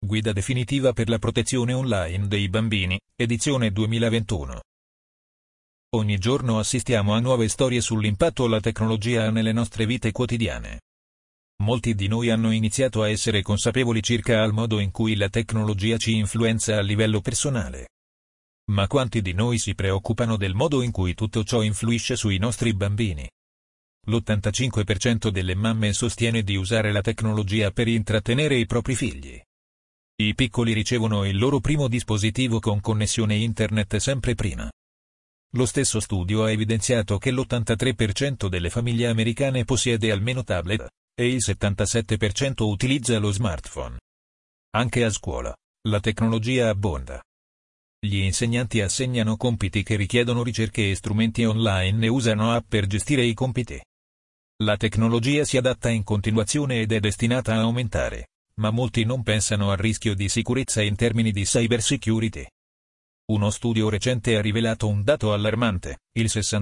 Guida definitiva per la protezione online dei bambini, edizione 2021. Ogni giorno assistiamo a nuove storie sull'impatto la tecnologia ha nelle nostre vite quotidiane. Molti di noi hanno iniziato a essere consapevoli circa al modo in cui la tecnologia ci influenza a livello personale. Ma quanti di noi si preoccupano del modo in cui tutto ciò influisce sui nostri bambini? L'85% delle mamme sostiene di usare la tecnologia per intrattenere i propri figli. I piccoli ricevono il loro primo dispositivo con connessione internet sempre prima. Lo stesso studio ha evidenziato che l'83% delle famiglie americane possiede almeno tablet, e il 77% utilizza lo smartphone. Anche a scuola, la tecnologia abbonda. Gli insegnanti assegnano compiti che richiedono ricerche e strumenti online e usano app per gestire i compiti. La tecnologia si adatta in continuazione ed è destinata a aumentare, ma molti non pensano al rischio di sicurezza in termini di cybersecurity. Uno studio recente ha rivelato un dato allarmante: il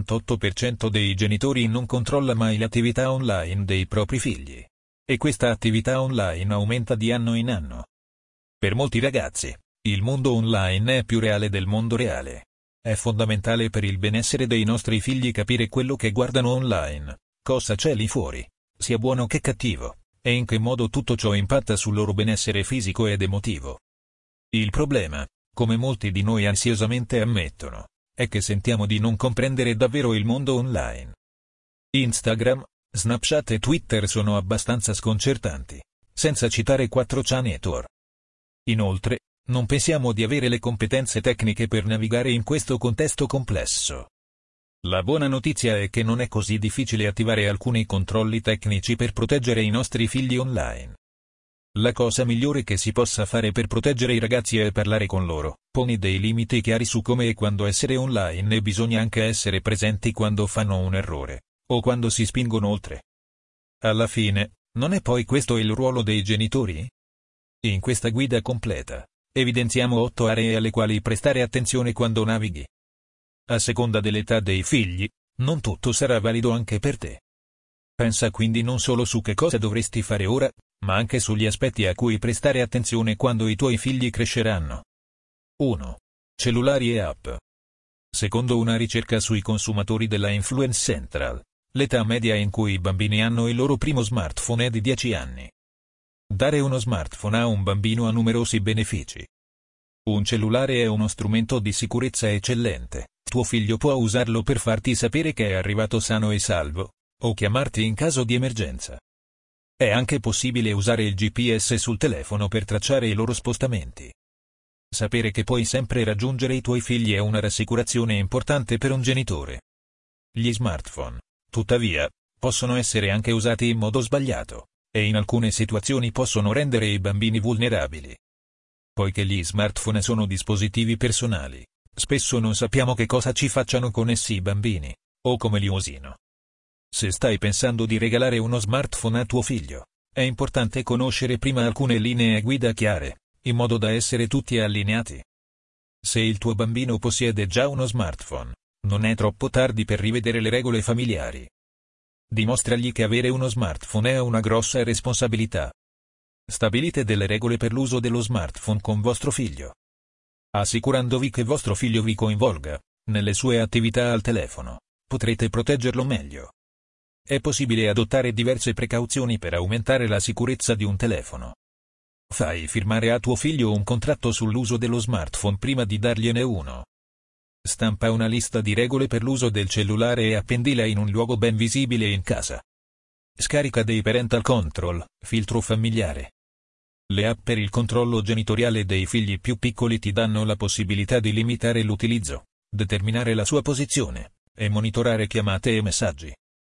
68% dei genitori non controlla mai l'attività online dei propri figli. E questa attività online aumenta di anno in anno. Per molti ragazzi, il mondo online è più reale del mondo reale. È fondamentale per il benessere dei nostri figli capire quello che guardano online, cosa c'è lì fuori, sia buono che cattivo, e in che modo tutto ciò impatta sul loro benessere fisico ed emotivo. Il problema, come molti di noi ansiosamente ammettono, è che sentiamo di non comprendere davvero il mondo online. Instagram, Snapchat e Twitter sono abbastanza sconcertanti, senza citare 4chan Network. Inoltre, non pensiamo di avere le competenze tecniche per navigare in questo contesto complesso. La buona notizia è che non è così difficile attivare alcuni controlli tecnici per proteggere i nostri figli online. La cosa migliore che si possa fare per proteggere i ragazzi è parlare con loro. Poni dei limiti chiari su come e quando essere online e bisogna anche essere presenti quando fanno un errore, o quando si spingono oltre. Alla fine, non è poi questo il ruolo dei genitori? In questa guida completa, evidenziamo 8 aree alle quali prestare attenzione quando navighi. A seconda dell'età dei figli, non tutto sarà valido anche per te. Pensa quindi non solo su che cosa dovresti fare ora, ma anche sugli aspetti a cui prestare attenzione quando i tuoi figli cresceranno. 1. Cellulari e app. Secondo una ricerca sui consumatori della Influence Central, l'età media in cui i bambini hanno il loro primo smartphone è di 10 anni. Dare uno smartphone a un bambino ha numerosi benefici. Un cellulare è uno strumento di sicurezza eccellente. Tuo figlio può usarlo per farti sapere che è arrivato sano e salvo, o chiamarti in caso di emergenza. È anche possibile usare il GPS sul telefono per tracciare i loro spostamenti. Sapere che puoi sempre raggiungere i tuoi figli è una rassicurazione importante per un genitore. Gli smartphone, tuttavia, possono essere anche usati in modo sbagliato, e in alcune situazioni possono rendere i bambini vulnerabili. Poiché gli smartphone sono dispositivi personali, spesso non sappiamo che cosa ci facciano con essi i bambini, o come li usino. Se stai pensando di regalare uno smartphone a tuo figlio, è importante conoscere prima alcune linee guida chiare, in modo da essere tutti allineati. Se il tuo bambino possiede già uno smartphone, non è troppo tardi per rivedere le regole familiari. Dimostragli che avere uno smartphone è una grossa responsabilità. Stabilite delle regole per l'uso dello smartphone con vostro figlio, assicurandovi che vostro figlio vi coinvolga nelle sue attività al telefono. Potrete proteggerlo meglio. È possibile adottare diverse precauzioni per aumentare la sicurezza di un telefono. Fai firmare a tuo figlio un contratto sull'uso dello smartphone prima di dargliene uno. Stampa una lista di regole per l'uso del cellulare e appendila in un luogo ben visibile in casa. Scarica dei parental control, filtro familiare. Le app per il controllo genitoriale dei figli più piccoli ti danno la possibilità di limitare l'utilizzo, determinare la sua posizione, e monitorare chiamate e messaggi.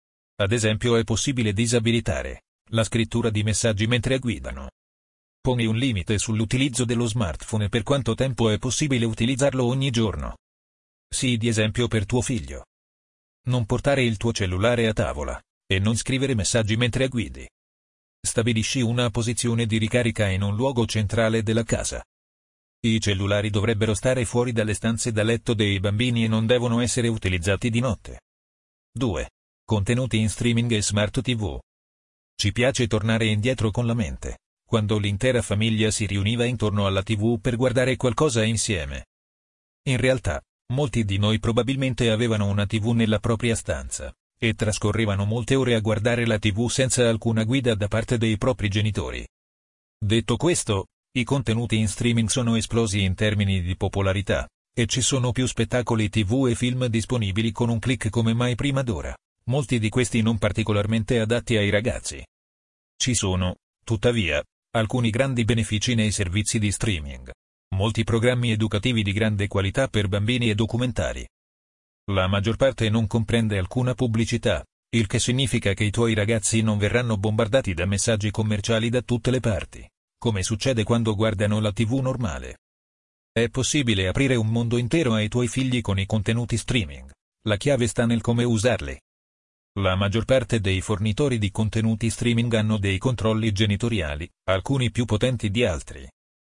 Ad esempio è possibile disabilitare la scrittura di messaggi mentre guidano. Poni un limite sull'utilizzo dello smartphone e per quanto tempo è possibile utilizzarlo ogni giorno. Sii di esempio per tuo figlio. Non portare il tuo cellulare a tavola, e non scrivere messaggi mentre guidi. Stabilisci una posizione di ricarica in un luogo centrale della casa. I cellulari dovrebbero stare fuori dalle stanze da letto dei bambini e non devono essere utilizzati di notte. 2. Contenuti in streaming e smart TV. Ci piace tornare indietro con la mente, quando l'intera famiglia si riuniva intorno alla TV per guardare qualcosa insieme. In realtà, molti di noi probabilmente avevano una TV nella propria stanza, e trascorrevano molte ore a guardare la TV senza alcuna guida da parte dei propri genitori. Detto questo, i contenuti in streaming sono esplosi in termini di popolarità, e ci sono più spettacoli TV e film disponibili con un click come mai prima d'ora, molti di questi non particolarmente adatti ai ragazzi. Ci sono, tuttavia, alcuni grandi benefici nei servizi di streaming. Molti programmi educativi di grande qualità per bambini e documentari. La maggior parte non comprende alcuna pubblicità, il che significa che i tuoi ragazzi non verranno bombardati da messaggi commerciali da tutte le parti, come succede quando guardano la TV normale. È possibile aprire un mondo intero ai tuoi figli con i contenuti streaming. La chiave sta nel come usarli. La maggior parte dei fornitori di contenuti streaming hanno dei controlli genitoriali, alcuni più potenti di altri.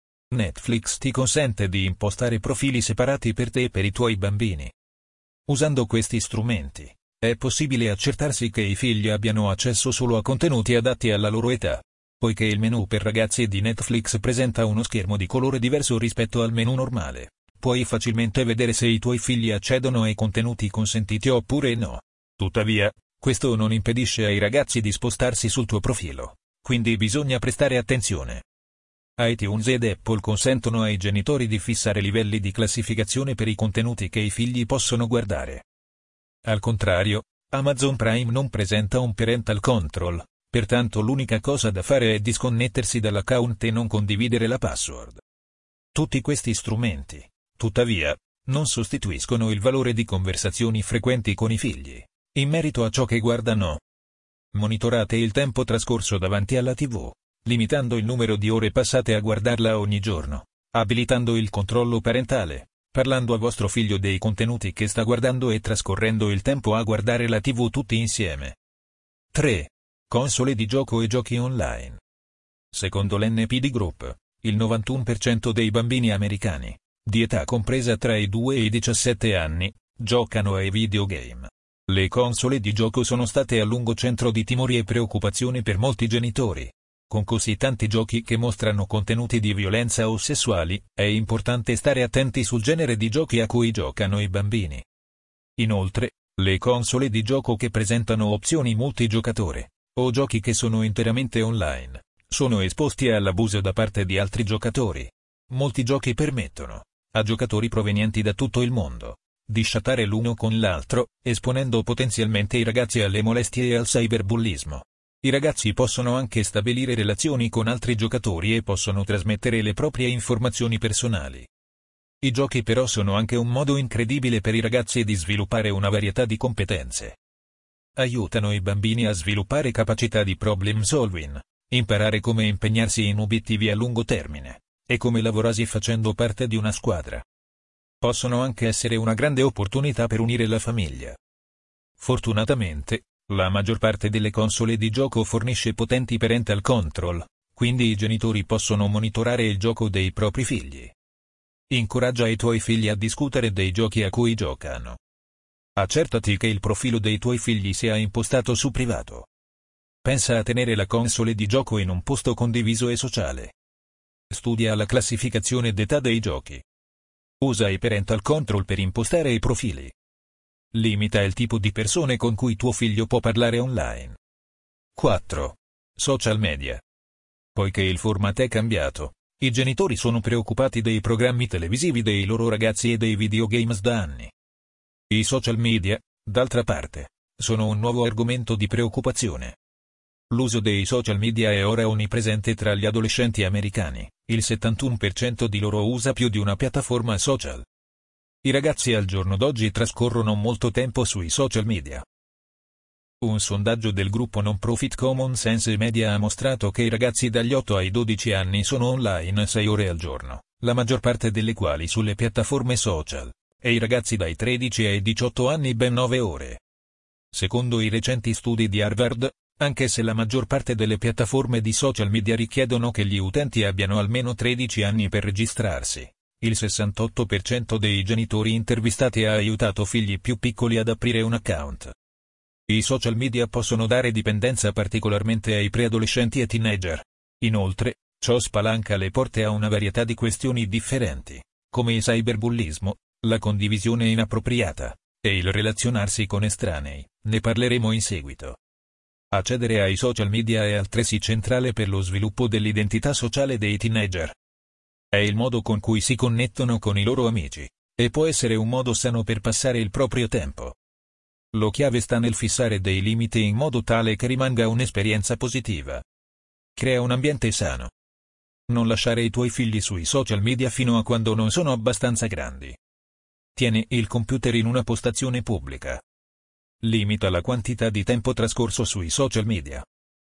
Netflix ti consente di impostare profili separati per te e per i tuoi bambini. Usando questi strumenti, è possibile accertarsi che i figli abbiano accesso solo a contenuti adatti alla loro età. Poiché il menu per ragazzi di Netflix presenta uno schermo di colore diverso rispetto al menu normale, puoi facilmente vedere se i tuoi figli accedono ai contenuti consentiti oppure no. Tuttavia, questo non impedisce ai ragazzi di spostarsi sul tuo profilo, quindi bisogna prestare attenzione. iTunes ed Apple consentono ai genitori di fissare livelli di classificazione per i contenuti che i figli possono guardare. Al contrario, Amazon Prime non presenta un parental control. Pertanto l'unica cosa da fare è disconnettersi dall'account e non condividere la password. Tutti questi strumenti, tuttavia, non sostituiscono il valore di conversazioni frequenti con i figli, in merito a ciò che guardano. Monitorate il tempo trascorso davanti alla TV, limitando il numero di ore passate a guardarla ogni giorno, abilitando il controllo parentale, parlando a vostro figlio dei contenuti che sta guardando e trascorrendo il tempo a guardare la TV tutti insieme. 3. Console di gioco e giochi online. Secondo l'NPD Group, il 91% dei bambini americani, di età compresa tra i 2 e i 17 anni, giocano ai videogame. Le console di gioco sono state a lungo centro di timori e preoccupazioni per molti genitori. Con così tanti giochi che mostrano contenuti di violenza o sessuali, è importante stare attenti sul genere di giochi a cui giocano i bambini. Inoltre, le console di gioco che presentano opzioni multigiocatore, o giochi che sono interamente online, sono esposti all'abuso da parte di altri giocatori. Molti giochi permettono, a giocatori provenienti da tutto il mondo, di chattare l'uno con l'altro, esponendo potenzialmente i ragazzi alle molestie e al cyberbullismo. I ragazzi possono anche stabilire relazioni con altri giocatori e possono trasmettere le proprie informazioni personali. I giochi però sono anche un modo incredibile per i ragazzi di sviluppare una varietà di competenze. Aiutano i bambini a sviluppare capacità di problem solving, imparare come impegnarsi in obiettivi a lungo termine, e come lavorarsi facendo parte di una squadra. Possono anche essere una grande opportunità per unire la famiglia. Fortunatamente, la maggior parte delle console di gioco fornisce potenti parental control, quindi i genitori possono monitorare il gioco dei propri figli. Incoraggia i tuoi figli a discutere dei giochi a cui giocano. Accertati che il profilo dei tuoi figli sia impostato su privato. Pensa a tenere la console di gioco in un posto condiviso e sociale. Studia la classificazione d'età dei giochi. Usa i parental control per impostare i profili. Limita il tipo di persone con cui tuo figlio può parlare online. 4. Social media. Poiché il format è cambiato, i genitori sono preoccupati dei programmi televisivi dei loro ragazzi e dei videogames da anni. I social media, d'altra parte, sono un nuovo argomento di preoccupazione. L'uso dei social media è ora onnipresente tra gli adolescenti americani, il 71% di loro usa più di una piattaforma social. I ragazzi al giorno d'oggi trascorrono molto tempo sui social media. Un sondaggio del gruppo non-profit Common Sense Media ha mostrato che i ragazzi dagli 8 ai 12 anni sono online 6 ore al giorno, la maggior parte delle quali sulle piattaforme social, e i ragazzi dai 13 ai 18 anni ben 9 ore. Secondo i recenti studi di Harvard, anche se la maggior parte delle piattaforme di social media richiedono che gli utenti abbiano almeno 13 anni per registrarsi, il 68% dei genitori intervistati ha aiutato figli più piccoli ad aprire un account. I social media possono dare dipendenza particolarmente ai preadolescenti e teenager. Inoltre, ciò spalanca le porte a una varietà di questioni differenti, come il cyberbullismo, la condivisione inappropriata, e il relazionarsi con estranei. Ne parleremo in seguito. Accedere ai social media è altresì centrale per lo sviluppo dell'identità sociale dei teenager. È il modo con cui si connettono con i loro amici, e può essere un modo sano per passare il proprio tempo. Lo chiave sta nel fissare dei limiti in modo tale che rimanga un'esperienza positiva. Crea un ambiente sano. Non lasciare i tuoi figli sui social media fino a quando non sono abbastanza grandi. Tieni il computer in una postazione pubblica. Limita la quantità di tempo trascorso sui social media.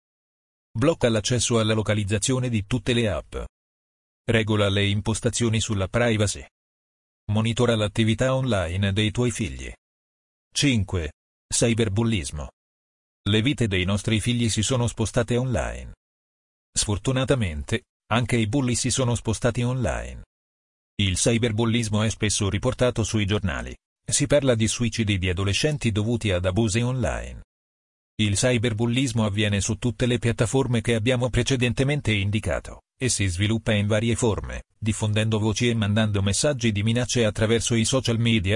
Blocca l'accesso alla localizzazione di tutte le app. Regola le impostazioni sulla privacy. Monitora l'attività online dei tuoi figli. 5. Cyberbullismo. Le vite dei nostri figli si sono spostate online. Sfortunatamente, anche i bulli si sono spostati online. Il cyberbullismo è spesso riportato sui giornali. Si parla di suicidi di adolescenti dovuti ad abusi online. Il cyberbullismo avviene su tutte le piattaforme che abbiamo precedentemente indicato, e si sviluppa in varie forme, diffondendo voci e mandando messaggi di minacce attraverso i social media,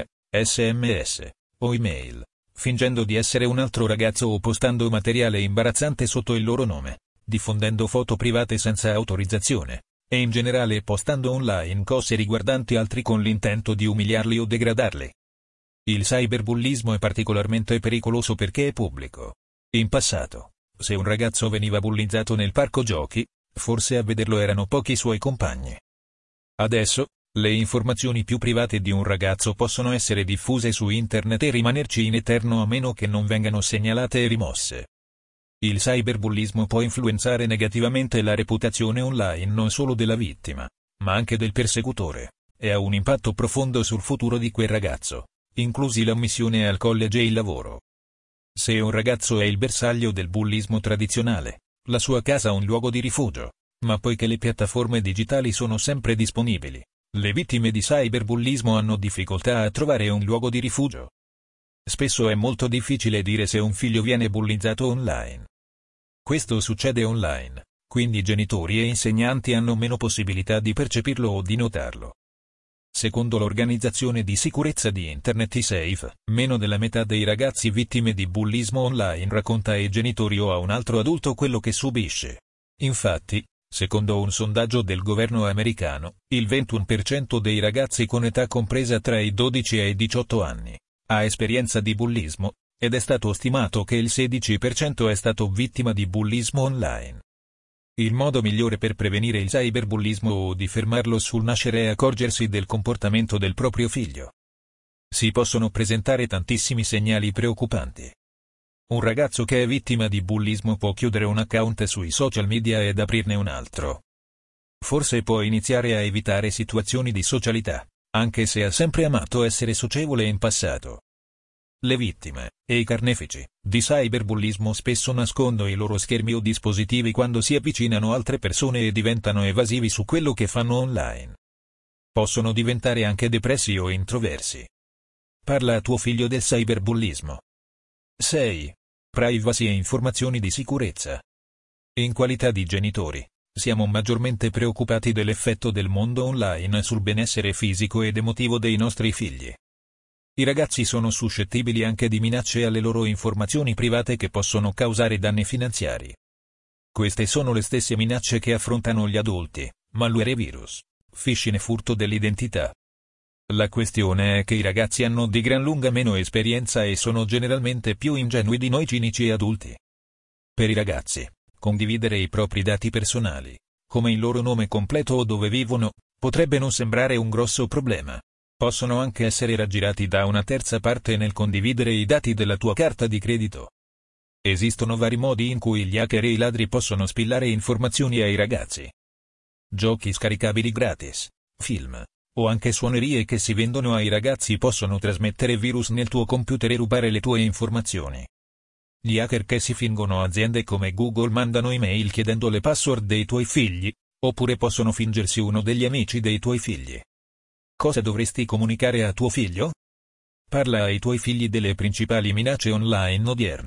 SMS, o email, fingendo di essere un altro ragazzo o postando materiale imbarazzante sotto il loro nome, diffondendo foto private senza autorizzazione, e in generale postando online cose riguardanti altri con l'intento di umiliarli o degradarli. Il cyberbullismo è particolarmente pericoloso perché è pubblico. In passato, se un ragazzo veniva bullizzato nel parco giochi, forse a vederlo erano pochi suoi compagni. Adesso, le informazioni più private di un ragazzo possono essere diffuse su internet e rimanerci in eterno a meno che non vengano segnalate e rimosse. Il cyberbullismo può influenzare negativamente la reputazione online non solo della vittima, ma anche del persecutore, e ha un impatto profondo sul futuro di quel ragazzo, inclusi l'ammissione al college e il lavoro. Se un ragazzo è il bersaglio del bullismo tradizionale, la sua casa è un luogo di rifugio, ma poiché le piattaforme digitali sono sempre disponibili, le vittime di cyberbullismo hanno difficoltà a trovare un luogo di rifugio. Spesso è molto difficile dire se un figlio viene bullizzato online. Questo succede online, quindi genitori e insegnanti hanno meno possibilità di percepirlo o di notarlo. Secondo l'Organizzazione di Sicurezza di Internet eSafe, meno della metà dei ragazzi vittime di bullismo online racconta ai genitori o a un altro adulto quello che subisce. Infatti, secondo un sondaggio del governo americano, il 21% dei ragazzi con età compresa tra i 12 e i 18 anni ha esperienza di bullismo, ed è stato stimato che il 16% è stato vittima di bullismo online. Il modo migliore per prevenire il cyberbullismo o di fermarlo sul nascere è accorgersi del comportamento del proprio figlio. Si possono presentare tantissimi segnali preoccupanti. Un ragazzo che è vittima di bullismo può chiudere un account sui social media ed aprirne un altro. Forse può iniziare a evitare situazioni di socialità, anche se ha sempre amato essere socievole in passato. Le vittime, e i carnefici, di cyberbullismo spesso nascondono i loro schermi o dispositivi quando si avvicinano altre persone e diventano evasivi su quello che fanno online. Possono diventare anche depressi o introversi. Parla a tuo figlio del cyberbullismo. 6. Privacy e informazioni di sicurezza. In qualità di genitori, siamo maggiormente preoccupati dell'effetto del mondo online sul benessere fisico ed emotivo dei nostri figli. I ragazzi sono suscettibili anche di minacce alle loro informazioni private che possono causare danni finanziari. Queste sono le stesse minacce che affrontano gli adulti: malware e virus, phishing e furto dell'identità. La questione è che i ragazzi hanno di gran lunga meno esperienza e sono generalmente più ingenui di noi cinici e adulti. Per i ragazzi, condividere i propri dati personali, come il loro nome completo o dove vivono, potrebbe non sembrare un grosso problema. Possono anche essere raggirati da una terza parte nel condividere i dati della tua carta di credito. Esistono vari modi in cui gli hacker e i ladri possono spillare informazioni ai ragazzi. Giochi scaricabili gratis, film, o anche suonerie che si vendono ai ragazzi possono trasmettere virus nel tuo computer e rubare le tue informazioni. Gli hacker che si fingono aziende come Google mandano email chiedendo le password dei tuoi figli, oppure possono fingersi uno degli amici dei tuoi figli. Cosa dovresti comunicare a tuo figlio? Parla ai tuoi figli delle principali minacce online odierne.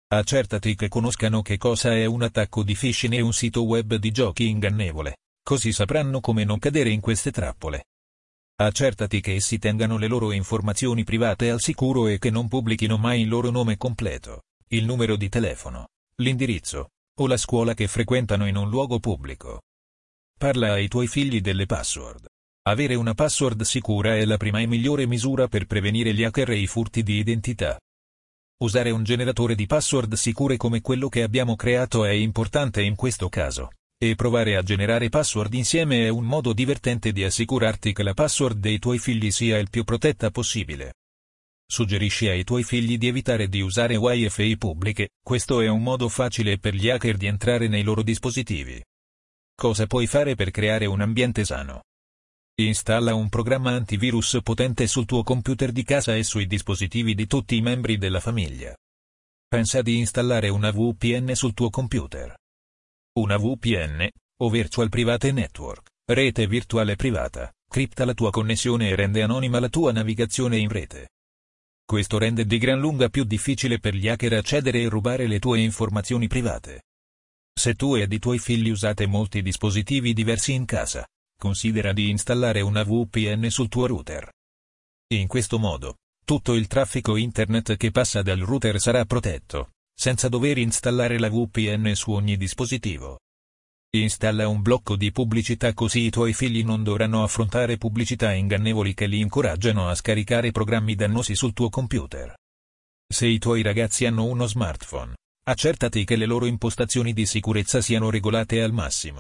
Accertati che conoscano che cosa è un attacco di phishing e un sito web di giochi ingannevole, così sapranno come non cadere in queste trappole. Accertati che essi tengano le loro informazioni private al sicuro e che non pubblichino mai il loro nome completo, il numero di telefono, l'indirizzo, o la scuola che frequentano in un luogo pubblico. Parla ai tuoi figli delle password. Avere una password sicura è la prima e migliore misura per prevenire gli hacker e i furti di identità. Usare un generatore di password sicure come quello che abbiamo creato è importante in questo caso. E provare a generare password insieme è un modo divertente di assicurarti che la password dei tuoi figli sia il più protetta possibile. Suggerisci ai tuoi figli di evitare di usare Wi-Fi pubbliche, questo è un modo facile per gli hacker di entrare nei loro dispositivi. Cosa puoi fare per creare un ambiente sano? Installa un programma antivirus potente sul tuo computer di casa e sui dispositivi di tutti i membri della famiglia. Pensa di installare una VPN sul tuo computer. Una VPN, o Virtual Private Network, rete virtuale privata, cripta la tua connessione e rende anonima la tua navigazione in rete. Questo rende di gran lunga più difficile per gli hacker accedere e rubare le tue informazioni private. Se tu ed i tuoi figli usate molti dispositivi diversi in casa, considera di installare una VPN sul tuo router. In questo modo, tutto il traffico internet che passa dal router sarà protetto, senza dover installare la VPN su ogni dispositivo. Installa un blocco di pubblicità così i tuoi figli non dovranno affrontare pubblicità ingannevoli che li incoraggiano a scaricare programmi dannosi sul tuo computer. Se i tuoi ragazzi hanno uno smartphone, accertati che le loro impostazioni di sicurezza siano regolate al massimo.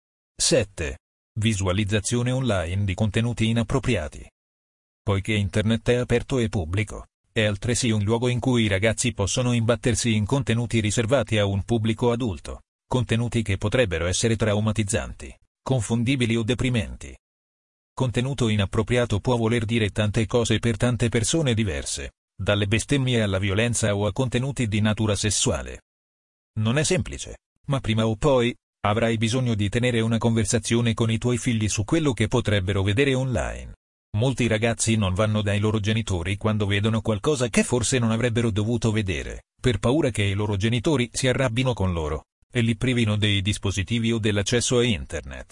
7. Visualizzazione online di contenuti inappropriati. Poiché internet è aperto e pubblico, è altresì un luogo in cui i ragazzi possono imbattersi in contenuti riservati a un pubblico adulto, contenuti che potrebbero essere traumatizzanti, confondibili o deprimenti. Contenuto inappropriato può voler dire tante cose per tante persone diverse, dalle bestemmie alla violenza o a contenuti di natura sessuale. Non è semplice, ma prima o poi, avrai bisogno di tenere una conversazione con i tuoi figli su quello che potrebbero vedere online. Molti ragazzi non vanno dai loro genitori quando vedono qualcosa che forse non avrebbero dovuto vedere, per paura che i loro genitori si arrabbino con loro, e li privino dei dispositivi o dell'accesso a internet.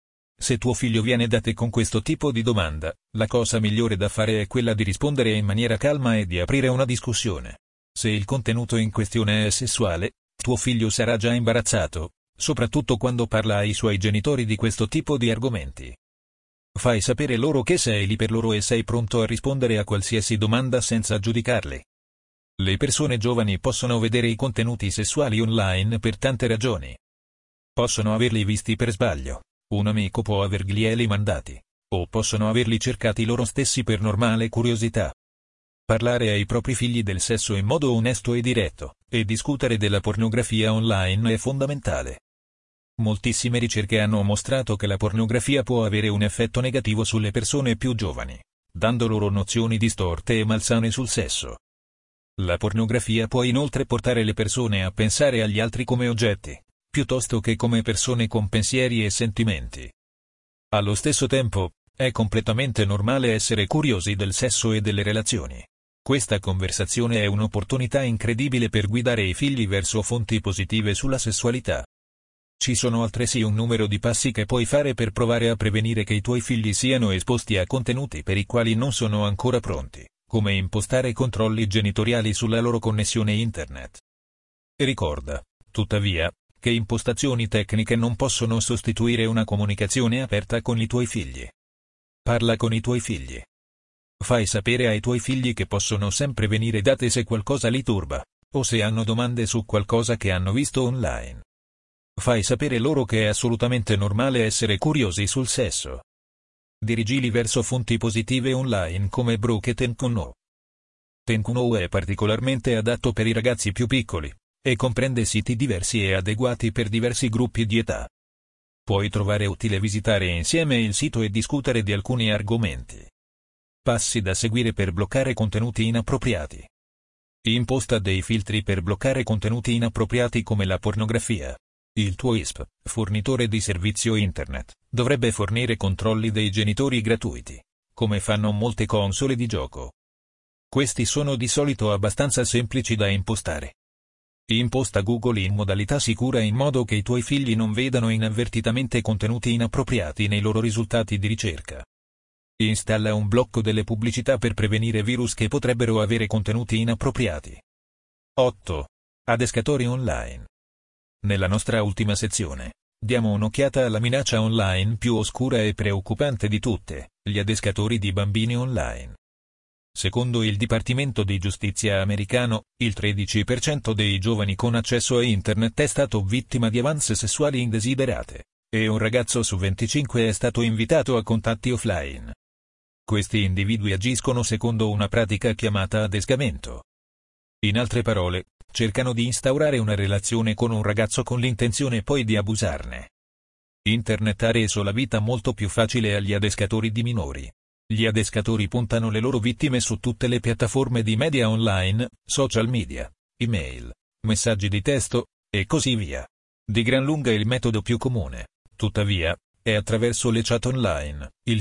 Se tuo figlio viene da te con questo tipo di domanda, la cosa migliore da fare è quella di rispondere in maniera calma e di aprire una discussione. Se il contenuto in questione è sessuale, tuo figlio sarà già imbarazzato, soprattutto quando parla ai suoi genitori di questo tipo di argomenti. Fai sapere loro che sei lì per loro e sei pronto a rispondere a qualsiasi domanda senza giudicarli. Le persone giovani possono vedere i contenuti sessuali online per tante ragioni. Possono averli visti per sbaglio, un amico può averglieli mandati, o possono averli cercati loro stessi per normale curiosità. Parlare ai propri figli del sesso in modo onesto e diretto, e discutere della pornografia online è fondamentale. Moltissime ricerche hanno mostrato che la pornografia può avere un effetto negativo sulle persone più giovani, dando loro nozioni distorte e malsane sul sesso. La pornografia può inoltre portare le persone a pensare agli altri come oggetti, piuttosto che come persone con pensieri e sentimenti. Allo stesso tempo, è completamente normale essere curiosi del sesso e delle relazioni. Questa conversazione è un'opportunità incredibile per guidare i figli verso fonti positive sulla sessualità. Ci sono altresì un numero di passi che puoi fare per provare a prevenire che i tuoi figli siano esposti a contenuti per i quali non sono ancora pronti, come impostare controlli genitoriali sulla loro connessione internet. E ricorda, tuttavia, che impostazioni tecniche non possono sostituire una comunicazione aperta con i tuoi figli. Parla con i tuoi figli. Fai sapere ai tuoi figli che possono sempre venire da te se qualcosa li turba, o se hanno domande su qualcosa che hanno visto online. Fai sapere loro che è assolutamente normale essere curiosi sul sesso. Dirigili verso fonti positive online come Brook e Tenkuno. Tenkuno è particolarmente adatto per i ragazzi più piccoli, e comprende siti diversi e adeguati per diversi gruppi di età. Puoi trovare utile visitare insieme il sito e discutere di alcuni argomenti. Passi da seguire per bloccare contenuti inappropriati. Imposta dei filtri per bloccare contenuti inappropriati come la pornografia. Il tuo ISP, fornitore di servizio internet, dovrebbe fornire controlli dei genitori gratuiti, come fanno molte console di gioco. Questi sono di solito abbastanza semplici da impostare. Imposta Google in modalità sicura in modo che i tuoi figli non vedano inavvertitamente contenuti inappropriati nei loro risultati di ricerca. Installa un blocco delle pubblicità per prevenire virus che potrebbero avere contenuti inappropriati. 8. Adescatori online. Nella nostra ultima sezione, diamo un'occhiata alla minaccia online più oscura e preoccupante di tutte, gli adescatori di bambini online. Secondo il Dipartimento di Giustizia americano, il 13% dei giovani con accesso a Internet è stato vittima di avance sessuali indesiderate, e un ragazzo su 25 è stato invitato a contatti offline. Questi individui agiscono secondo una pratica chiamata adescamento. In altre parole, cercano di instaurare una relazione con un ragazzo con l'intenzione poi di abusarne. Internet ha reso la vita molto più facile agli adescatori di minori. Gli adescatori puntano le loro vittime su tutte le piattaforme di media online, social media, email, messaggi di testo, e così via. Di gran lunga il metodo più comune, tuttavia, è attraverso le chat online. Il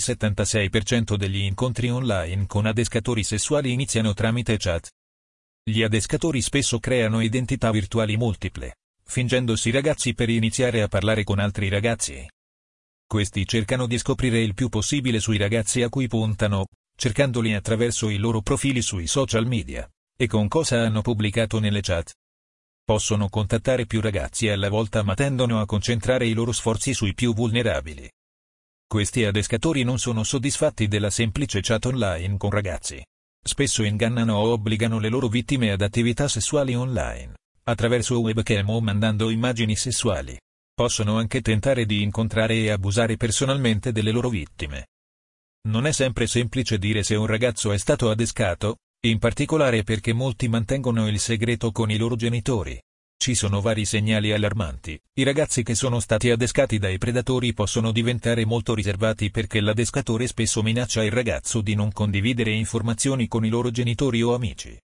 76% degli incontri online con adescatori sessuali iniziano tramite chat. Gli adescatori spesso creano identità virtuali multiple, fingendosi ragazzi per iniziare a parlare con altri ragazzi. Questi cercano di scoprire il più possibile sui ragazzi a cui puntano, cercandoli attraverso i loro profili sui social media, e con cosa hanno pubblicato nelle chat. Possono contattare più ragazzi alla volta ma tendono a concentrare i loro sforzi sui più vulnerabili. Questi adescatori non sono soddisfatti della semplice chat online con ragazzi. Spesso ingannano o obbligano le loro vittime ad attività sessuali online, attraverso webcam o mandando immagini sessuali. Possono anche tentare di incontrare e abusare personalmente delle loro vittime. Non è sempre semplice dire se un ragazzo è stato adescato, in particolare perché molti mantengono il segreto con i loro genitori. Ci sono vari segnali allarmanti. I ragazzi che sono stati adescati dai predatori possono diventare molto riservati perché l'adescatore spesso minaccia il ragazzo di non condividere informazioni con i loro genitori o amici.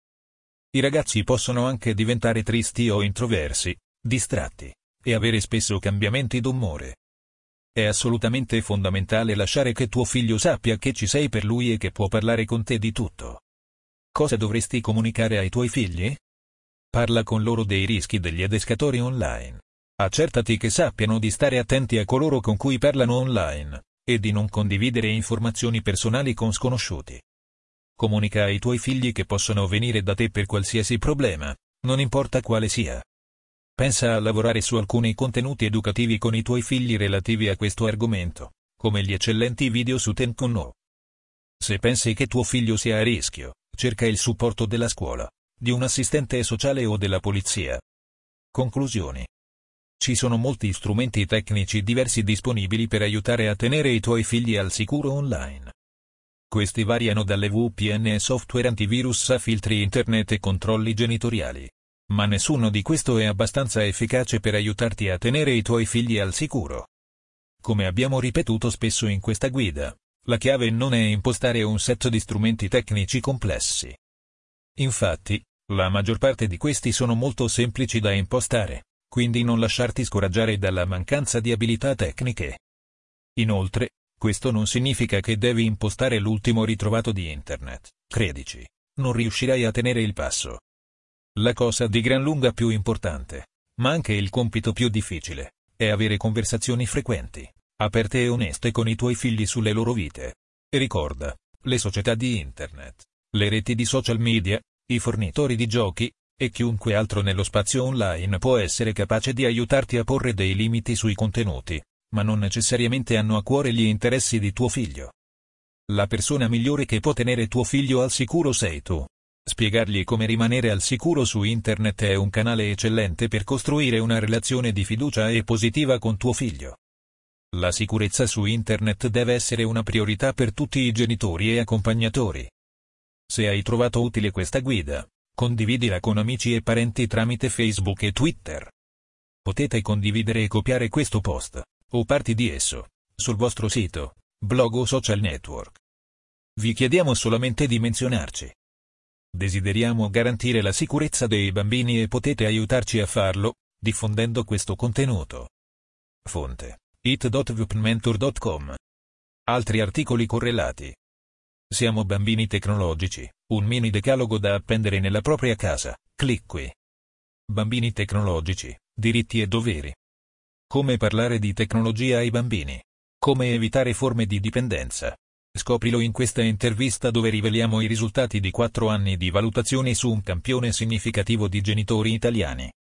I ragazzi possono anche diventare tristi o introversi, distratti, e avere spesso cambiamenti d'umore. È assolutamente fondamentale lasciare che tuo figlio sappia che ci sei per lui e che può parlare con te di tutto. Cosa dovresti comunicare ai tuoi figli? Parla con loro dei rischi degli adescatori online. Accertati che sappiano di stare attenti a coloro con cui parlano online, e di non condividere informazioni personali con sconosciuti. Comunica ai tuoi figli che possono venire da te per qualsiasi problema, non importa quale sia. Pensa a lavorare su alcuni contenuti educativi con i tuoi figli relativi a questo argomento, come gli eccellenti video su Tenkuno. Se pensi che tuo figlio sia a rischio, cerca il supporto della scuola, di un assistente sociale o della polizia. Conclusioni. Ci sono molti strumenti tecnici diversi disponibili per aiutare a tenere i tuoi figli al sicuro online. Questi variano dalle VPN e software antivirus a filtri internet e controlli genitoriali. Ma nessuno di questo è abbastanza efficace per aiutarti a tenere i tuoi figli al sicuro. Come abbiamo ripetuto spesso in questa guida, la chiave non è impostare un set di strumenti tecnici complessi. Infatti, la maggior parte di questi sono molto semplici da impostare, quindi non lasciarti scoraggiare dalla mancanza di abilità tecniche. Inoltre, questo non significa che devi impostare l'ultimo ritrovato di Internet, credici, non riuscirai a tenere il passo. La cosa di gran lunga più importante, ma anche il compito più difficile, è avere conversazioni frequenti, aperte e oneste con i tuoi figli sulle loro vite. E ricorda, le società di Internet, le reti di social media, i fornitori di giochi, e chiunque altro nello spazio online può essere capace di aiutarti a porre dei limiti sui contenuti, ma non necessariamente hanno a cuore gli interessi di tuo figlio. La persona migliore che può tenere tuo figlio al sicuro sei tu. Spiegargli come rimanere al sicuro su Internet è un canale eccellente per costruire una relazione di fiducia e positiva con tuo figlio. La sicurezza su Internet deve essere una priorità per tutti i genitori e accompagnatori. Se hai trovato utile questa guida, condividila con amici e parenti tramite Facebook e Twitter. Potete condividere e copiare questo post, o parti di esso, sul vostro sito, blog o social network. Vi chiediamo solamente di menzionarci. Desideriamo garantire la sicurezza dei bambini e potete aiutarci a farlo, diffondendo questo contenuto. Fonte: it.vipmentor.com. Altri articoli correlati. Siamo bambini tecnologici, un mini decalogo da appendere nella propria casa, clic qui. Bambini tecnologici, diritti e doveri. Come parlare di tecnologia ai bambini? Come evitare forme di dipendenza? Scoprilo in questa intervista dove riveliamo i risultati di 4 anni di valutazioni su un campione significativo di genitori italiani.